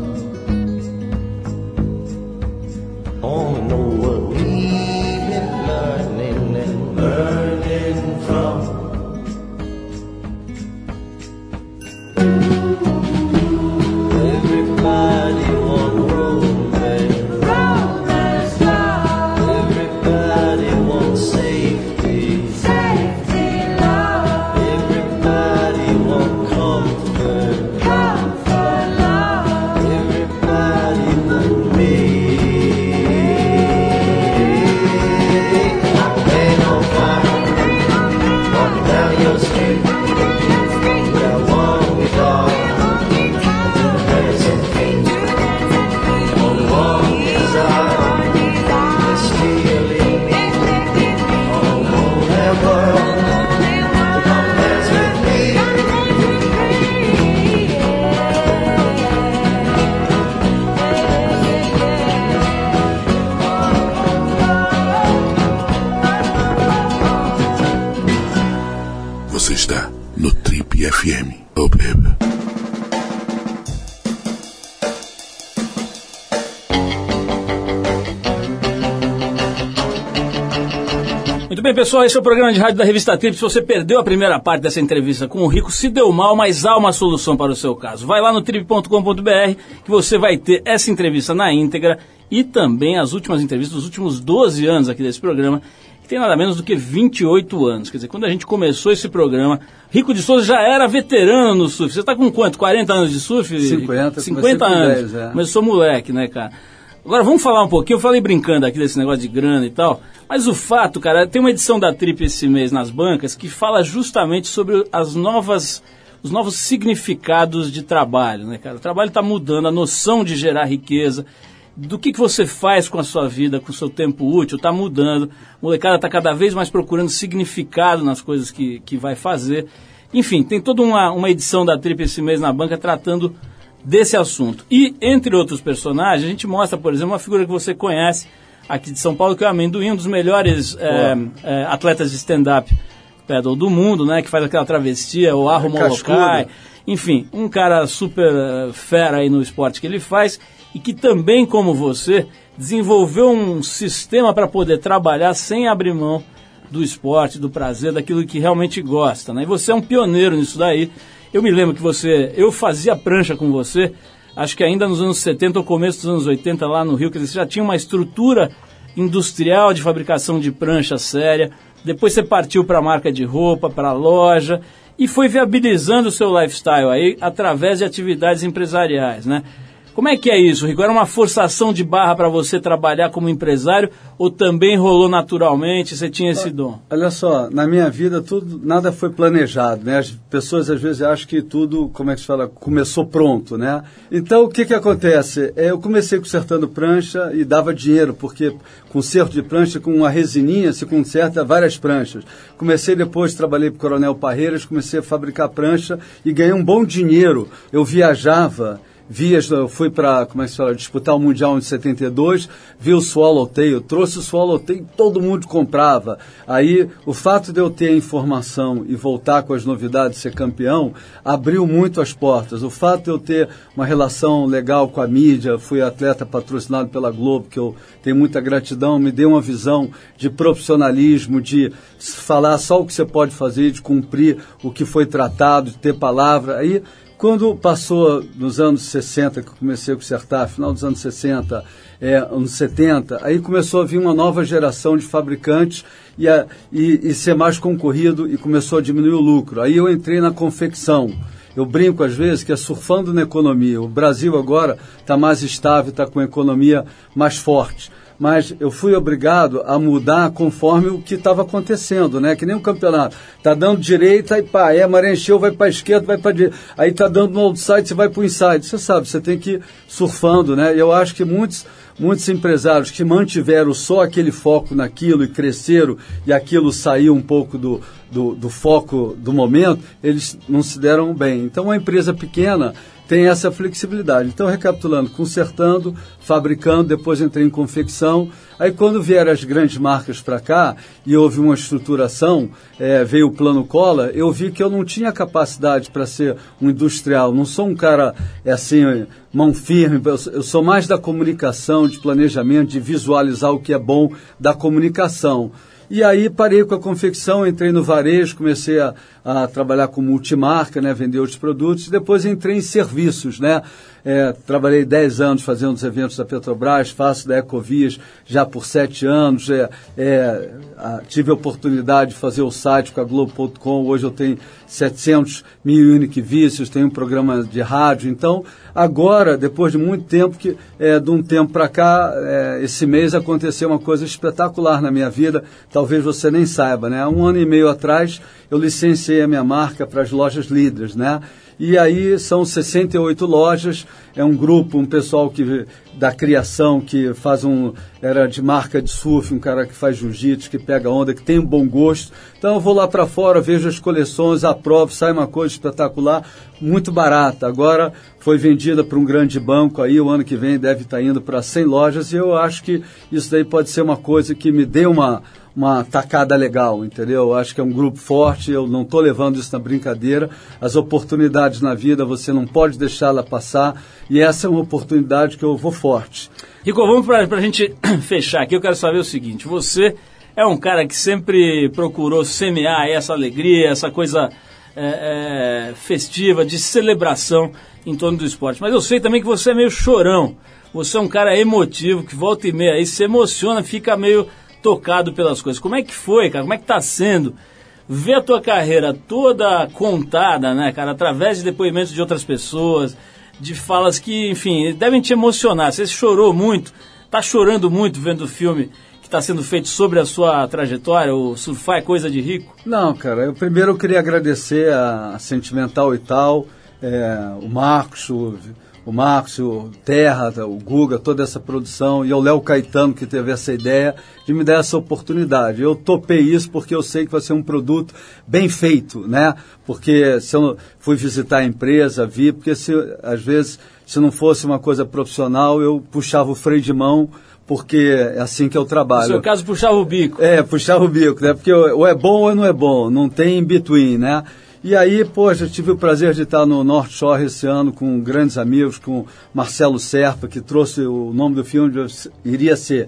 I wanna know what we've been learning and learning from. Everybody want romance, romance love. Everybody want safety, safety love. Everybody want comfort, comfort love. Everybody want me. I'm laying on fire, walking down your street. Got one guitar. Você está no Trip F M. Oh, baby. Muito bem, pessoal, esse é o programa de rádio da Revista Trip. Se você perdeu a primeira parte dessa entrevista com o Rico, se deu mal, mas há uma solução para o seu caso. Vai lá no trip ponto com ponto b r que você vai ter essa entrevista na íntegra e também as últimas entrevistas dos últimos doze anos aqui desse programa, que tem nada menos do que vinte e oito anos. Quer dizer, quando a gente começou esse programa, Rico de Souza já era veterano no surf. Você está com quanto? quarenta anos de surf? cinquenta, cinquenta anos. dez, é. Começou moleque, né, cara? Agora vamos falar um pouquinho, eu falei brincando aqui desse negócio de grana e tal, mas o fato, cara, tem uma edição da Trip esse mês nas bancas que fala justamente sobre as novas, os novos significados de trabalho, né, cara? O trabalho está mudando, a noção de gerar riqueza, do que, que você faz com a sua vida, com o seu tempo útil, está mudando. A molecada está cada vez mais procurando significado nas coisas que, que vai fazer. Enfim, tem toda uma, uma edição da Trip esse mês na banca tratando desse assunto. E, entre outros personagens, a gente mostra, por exemplo, uma figura que você conhece aqui de São Paulo, que é o Amendoim, um dos melhores é, é, atletas de stand-up paddle do mundo, né, que faz aquela travestia, o Arro Molokai. Enfim, um cara super uh, fera aí no esporte que ele faz e que também, como você, desenvolveu um sistema para poder trabalhar sem abrir mão do esporte, do prazer, daquilo que realmente gosta, né? E você é um pioneiro nisso daí. Eu me lembro que você, eu fazia prancha com você, acho que ainda nos anos setenta ou começo dos anos oitenta lá no Rio, quer dizer, você já tinha uma estrutura industrial de fabricação de prancha séria, depois você partiu para a marca de roupa, para a loja, e foi viabilizando o seu lifestyle aí através de atividades empresariais, né? Como é que é isso, Rico? Era uma forçação de barra para você trabalhar como empresário ou também rolou naturalmente, você tinha esse dom? Olha só, na minha vida tudo, nada foi planejado, né? As pessoas às vezes acham que tudo, como é que se fala, começou pronto, né? Então o que que acontece? Eu comecei consertando prancha e dava dinheiro, porque conserto de prancha com uma resininha se conserta várias pranchas. Comecei depois, trabalhei para o Coronel Parreiras, comecei a fabricar prancha e ganhei um bom dinheiro. Eu viajava... Vias, eu fui para, como é que se fala, disputar o Mundial em setenta e dois, vi o Swallowtail, trouxe o Swallowtail, todo mundo comprava. Aí, o fato de eu ter a informação e voltar com as novidades, ser campeão, abriu muito as portas. O fato de eu ter uma relação legal com a mídia, fui atleta patrocinado pela Globo, que eu tenho muita gratidão, me deu uma visão de profissionalismo, de falar só o que você pode fazer, de cumprir o que foi tratado, de ter palavra. Aí, quando passou nos anos sessenta, que eu comecei a consertar, final dos anos sessenta, é, anos setenta, aí começou a vir uma nova geração de fabricantes e, a, e, e ser mais concorrido e começou a diminuir o lucro. Aí eu entrei na confecção. Eu brinco às vezes que é surfando na economia. O Brasil agora está mais estável, está com a economia mais forte. Mas eu fui obrigado a mudar conforme o que estava acontecendo, né? Que nem um campeonato. Tá dando direita e pá, aí a maré encheu, vai para a esquerda, vai para direita. Aí tá dando no outside, você vai para o inside. Você sabe, você tem que ir surfando, né? E eu acho que muitos, muitos empresários que mantiveram só aquele foco naquilo e cresceram e aquilo saiu um pouco do, do, do foco do momento, eles não se deram bem. Então, uma empresa pequena tem essa flexibilidade. Então, recapitulando, consertando, fabricando, depois entrei em confecção. Aí, quando vieram as grandes marcas para cá e houve uma estruturação, é, veio o Plano Collor, eu vi que eu não tinha capacidade para ser um industrial. Não sou um cara, é assim, mão firme. Eu sou mais da comunicação, de planejamento, de visualizar o que é bom da comunicação. E aí parei com a confecção, entrei no varejo, comecei a, a trabalhar com multimarca, né, vender outros produtos, e depois entrei em serviços, né? É, trabalhei dez anos fazendo os eventos da Petrobras, faço da Ecovias já por sete anos, é, é, a, tive a oportunidade de fazer o site com a Globo ponto com, hoje eu tenho setecentos mil unique visits, tenho um programa de rádio. Então, agora, depois de muito tempo, que é, de um tempo para cá, é, esse mês aconteceu uma coisa espetacular na minha vida, talvez você nem saiba, né? Um ano e meio atrás, eu licenciei a minha marca para as lojas líderes, né? E aí são sessenta e oito lojas, é um grupo, um pessoal que, da criação, que faz um, era de marca de surf, um cara que faz jiu-jitsu, que pega onda, que tem um bom gosto. Então eu vou lá para fora, vejo as coleções, aprovo, sai uma coisa espetacular, muito barata. Agora foi vendida para um grande banco, aí o ano que vem deve estar indo para cem lojas, e eu acho que isso daí pode ser uma coisa que me dê uma... uma tacada legal, entendeu? Eu acho que é um grupo forte, eu não estou levando isso na brincadeira. As oportunidades na vida, você não pode deixá-la passar, e essa é uma oportunidade que eu vou forte. Rico, vamos para a gente fechar aqui, eu quero saber o seguinte, você é um cara que sempre procurou semear essa alegria, essa coisa é, é, festiva, de celebração em torno do esporte, mas eu sei também que você é meio chorão, você é um cara emotivo, que volta e meia aí se emociona, fica meio... tocado pelas coisas. Como é que foi, cara? Como é que tá sendo ver a tua carreira toda contada, né, cara? Através de depoimentos de outras pessoas, de falas que, enfim, devem te emocionar. Você chorou muito, tá chorando muito vendo o filme que está sendo feito sobre a sua trajetória, o Surfar é Coisa de Rico? Não, cara. Eu primeiro eu queria agradecer a Sentimental e Tal, é, o Marcos, o... o Marcos, o Terra, o Guga, toda essa produção, e o Léo Caetano, que teve essa ideia de me dar essa oportunidade. Eu topei isso porque eu sei que vai ser um produto bem feito, né? Porque se eu fui visitar a empresa, vi, porque se, às vezes, se não fosse uma coisa profissional, eu puxava o freio de mão, porque é assim que eu trabalho. No seu caso, puxava o bico. É, puxava o bico, né? Porque ou é bom ou não é bom, não tem in between, né? E aí, poxa, tive o prazer de estar no North Shore esse ano com grandes amigos, com Marcelo Serpa, que trouxe o nome do filme, iria ser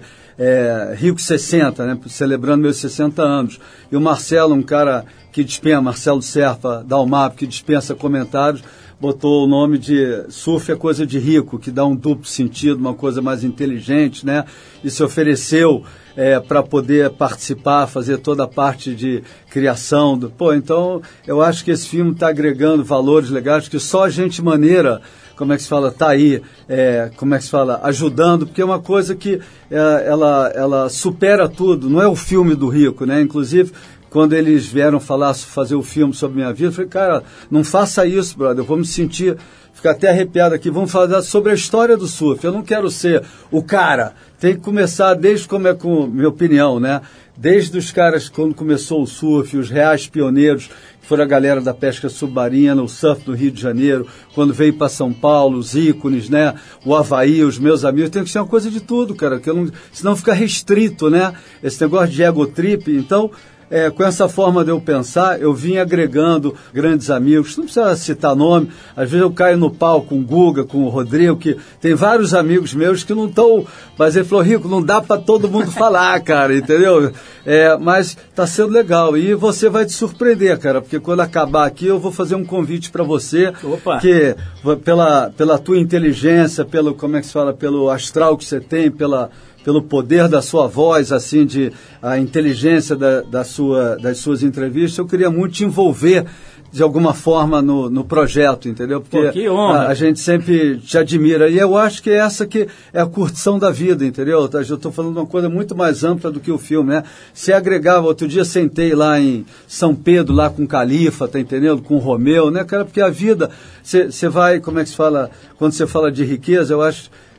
é, Rico sessenta, né, celebrando meus sessenta anos. E o Marcelo, um cara que dispensa, Marcelo Serpa, da Almap, que dispensa comentários, botou o nome de Surf é Coisa de Rico, que dá um duplo sentido, uma coisa mais inteligente, né? E se ofereceu é, para poder participar, fazer toda a parte de criação. Do... Pô, então eu acho que esse filme está agregando valores legais, que só gente maneira, como é que se fala, está aí, é, como é que se fala, ajudando, porque é uma coisa que é, ela, ela supera tudo, não é o filme do Rico, né? Inclusive, quando eles vieram falar, fazer o filme sobre minha vida, eu falei, cara, não faça isso, brother, eu vou me sentir, ficar até arrepiado aqui, vamos falar sobre a história do surf. Eu não quero ser o cara, tem que começar desde, como é com minha opinião, né? Desde os caras, quando começou o surf, os reais pioneiros, que foram a galera da pesca submarina, o surf do Rio de Janeiro, quando veio para São Paulo, os ícones, né? O Havaí, os meus amigos, tem que ser uma coisa de tudo, cara, que eu não, senão fica restrito, né? Esse negócio de ego trip, então... É, com essa forma de eu pensar, eu vim agregando grandes amigos, não precisa citar nome, às vezes eu caio no pau com o Guga, com o Rodrigo, que tem vários amigos meus que não estão, mas ele falou, Rico, não dá para todo mundo falar, cara, entendeu? É, mas está sendo legal, e você vai te surpreender, cara, porque quando acabar aqui eu vou fazer um convite para você, Opa. que pela, pela tua inteligência, pelo, como é que se fala, pelo astral que você tem, pela... pelo poder da sua voz, assim, de a inteligência da, da sua, das suas entrevistas, eu queria muito te envolver de alguma forma no, no projeto, entendeu? Porque Pô, que honra. A, a gente sempre te admira, e eu acho que essa que é a curtição da vida, entendeu? Eu estou falando de uma coisa muito mais ampla do que o filme, né? Se agregava, outro dia sentei lá em São Pedro, lá com o Califa, tá entendendo? Com o Romeu, né, cara? Porque a vida, você vai, como é que se fala, quando você fala de riqueza, eu acho...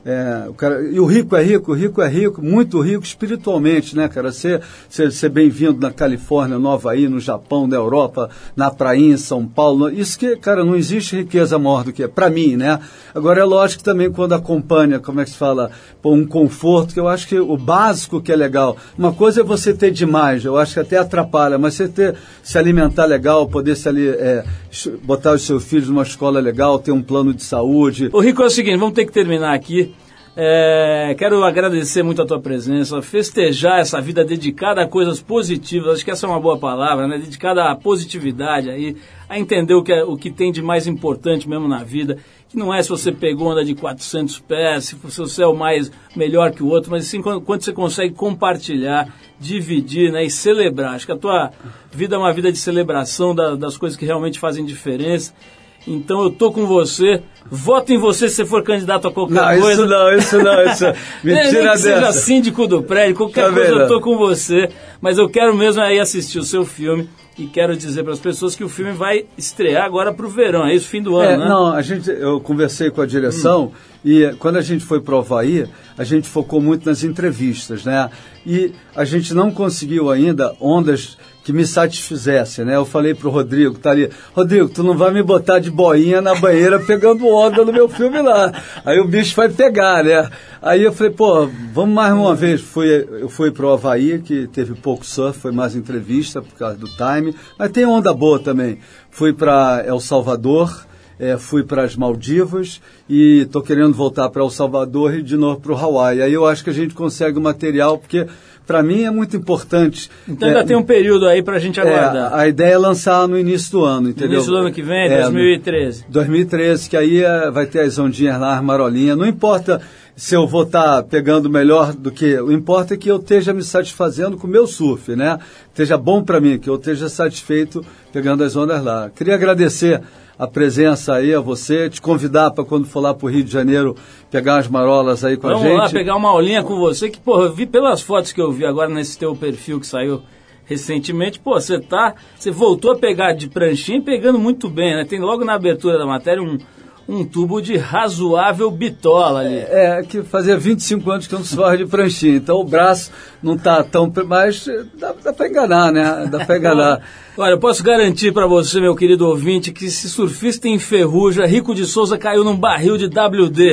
É, o cara, e o rico é rico, o rico é rico, muito rico espiritualmente, né, cara? Ser, ser, ser bem-vindo na Califórnia, no Havaí, no Japão, na Europa, na prainha, em São Paulo. Isso que, cara, não existe riqueza maior do que é, pra mim, né? Agora, é lógico que também quando acompanha, como é que se fala, pô, um conforto, que eu acho que o básico que é legal. Uma coisa é você ter demais, eu acho que até atrapalha, mas você ter, se alimentar legal, poder se ali, é, botar os seus filhos numa escola legal, ter um plano de saúde. O Rico, é o seguinte, vamos ter que terminar aqui. É, quero agradecer muito a tua presença, festejar essa vida dedicada a coisas positivas, acho que essa é uma boa palavra, né? Dedicada à positividade, aí, a entender o que, é, o que tem de mais importante mesmo na vida, que não é se você pegou onda de quatrocentos pés, se você é o mais melhor que o outro, mas sim quando, quando você consegue compartilhar, dividir, né, e celebrar. Acho que a tua vida é uma vida de celebração da, das coisas que realmente fazem diferença. Então eu tô com você, voto em você se você for candidato a qualquer não, coisa. Isso não, isso não, isso mentira nem, nem que dessa. seja síndico do prédio, qualquer tá coisa vendo? Eu tô com você. Mas eu quero mesmo aí assistir o seu filme e quero dizer para as pessoas que o filme vai estrear agora pro verão, é isso, fim do ano, é, né? Não, a gente, eu conversei com a direção hum. e quando a gente foi pro Havaí, a gente focou muito nas entrevistas, né? E a gente não conseguiu ainda ondas que me satisfizesse, né? Eu falei pro Rodrigo, tá ali, Rodrigo, tu não vai me botar de boinha na banheira pegando onda no meu filme lá. Aí o bicho vai pegar, né? Aí eu falei, pô, vamos mais uma vez. Fui, eu fui pro Havaí, que teve pouco surf, foi mais entrevista por causa do time, mas tem onda boa também. Fui para El Salvador, é, fui para as Maldivas e tô querendo voltar para El Salvador e de novo pro Hawaii. Aí eu acho que a gente consegue o material, porque para mim é muito importante. Então ainda é, tem um período aí para a gente aguardar. É, a ideia é lançar no início do ano, entendeu? No início do ano que vem, é, dois mil e treze. dois mil e treze, que aí é, vai ter as ondinhas lá, as marolinhas. Não importa se eu vou estar tá pegando melhor do que... O importa é que eu esteja me satisfazendo com o meu surf, né? Esteja bom para mim, que eu esteja satisfeito pegando as ondas lá. Queria agradecer a presença aí a você, te convidar para quando for lá para o Rio de Janeiro pegar as marolas aí com Vamos a gente. Vamos lá, pegar uma aulinha com você, que, pô, eu vi pelas fotos que eu vi agora nesse teu perfil que saiu recentemente, pô, você tá, você voltou a pegar de pranchinha e pegando muito bem, né? Tem logo na abertura da matéria um, um tubo de razoável bitola ali. É, que fazia vinte e cinco anos que eu não surfava de pranchinha, então o braço não tá tão... Mas dá, dá para enganar, né? Dá para enganar. Olha, eu posso garantir para você, meu querido ouvinte, que se surfista enferruja, Rico de Souza caiu num barril de W D.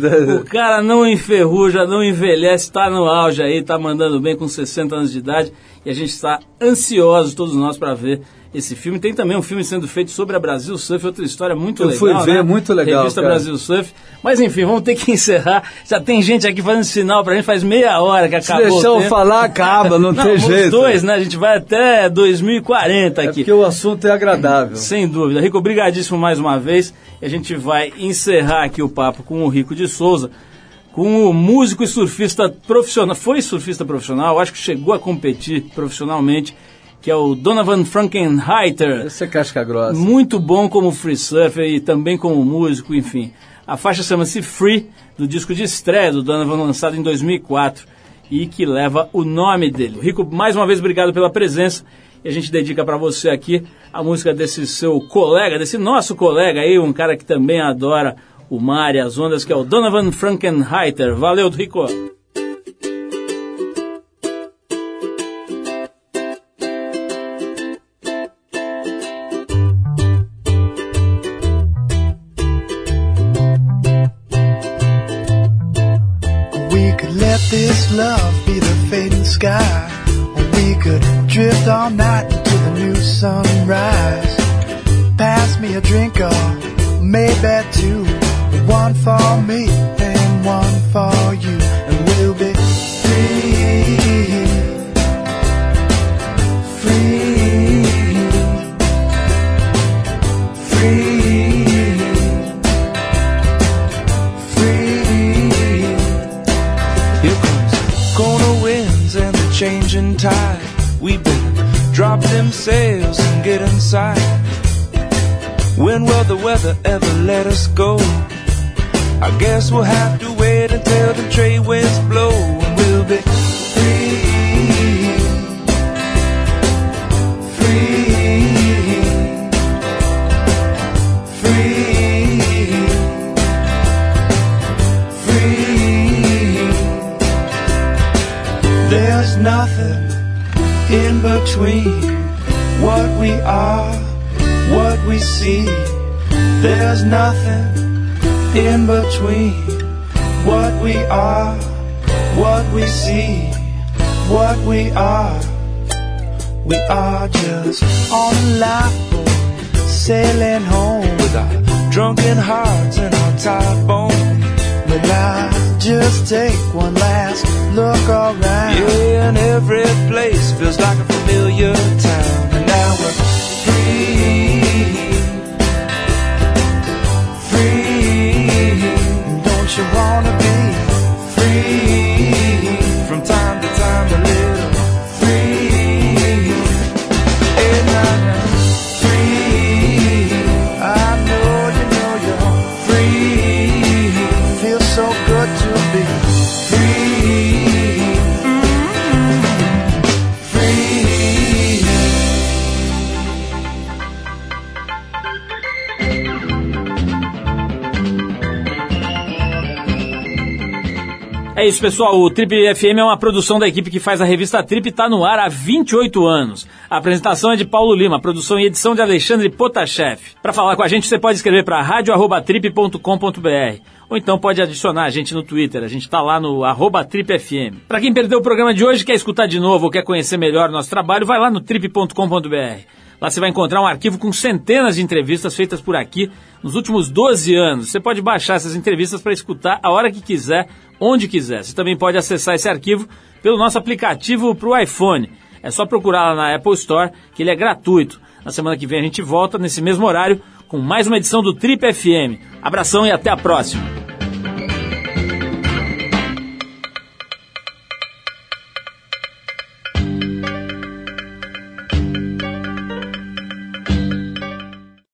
O cara não enferruja, não envelhece, está no auge aí, está mandando bem com sessenta anos de idade. E a gente está ansiosos, todos nós, para ver esse filme. Tem também um filme sendo feito sobre a Brasil Surf, outra história muito eu legal, Eu fui ver, né? muito legal, Revista cara. Brasil Surf. Mas enfim, vamos ter que encerrar. Já tem gente aqui fazendo sinal pra gente, faz meia hora que acabou Se deixar o eu tempo. falar, acaba, não, não tem os jeito. Os dois, né? A gente vai até dois mil e quarenta aqui. É porque o assunto é agradável. Sem dúvida. Rico, obrigadíssimo mais uma vez. E a gente vai encerrar aqui o papo com o Rico de Souza, com o músico e surfista profissional. Foi surfista profissional, acho que chegou a competir profissionalmente, que é o Donovan Frankenheiter. Esse é casca grossa. Muito bom como free surfer e também como músico, enfim. A faixa chama-se Free, do disco de estreia do Donovan, lançado em dois mil e quatro, e que leva o nome dele. Rico, mais uma vez, obrigado pela presença. E a gente dedica para você aqui a música desse seu colega, desse nosso colega aí, um cara que também adora o mar e as ondas, que é o Donovan Frankenheiter. Valeu, Rico! This love be the fading sky, or we could drift all night until the new sunrise. Pass me a drink or maybe two, one for me and one for you, and we'll be free, free, free. Changing tide, we better drop them sails and get inside. When will the weather ever let us go? I guess we'll have to wait until the trade winds blow, and we'll be free, free, free, free. between what we are, what we see. There's nothing in between what we are, what we see, what we are. We are just on a lifeboat, sailing home with our drunken hearts and our tired bones. But now just take one last look around. Yeah, and every place feels like a familiar town. And now we're free, free. Don't you wanna be free? From time to time a little free. And now I'm free. I know you know you're free. Feels so good to be free. Mm-hmm. Free. É isso, pessoal. O Trip F M é uma produção da equipe que faz a revista Trip e está no ar há vinte e oito anos. A apresentação é de Paulo Lima, produção e edição de Alexandre Potashev. Para falar com a gente, você pode escrever para rádio arroba trip ponto com ponto b r ou então pode adicionar a gente no Twitter. A gente está lá no arroba Trip F M. Para quem perdeu o programa de hoje, quer escutar de novo ou quer conhecer melhor o nosso trabalho, vai lá no trip ponto com ponto b r. Lá você vai encontrar um arquivo com centenas de entrevistas feitas por aqui nos últimos doze anos. Você pode baixar essas entrevistas para escutar a hora que quiser, onde quiser. Você também pode acessar esse arquivo pelo nosso aplicativo para o iPhone. É só procurar lá na Apple Store, que ele é gratuito. Na semana que vem a gente volta, nesse mesmo horário, com mais uma edição do Trip F M. Abração e até a próxima.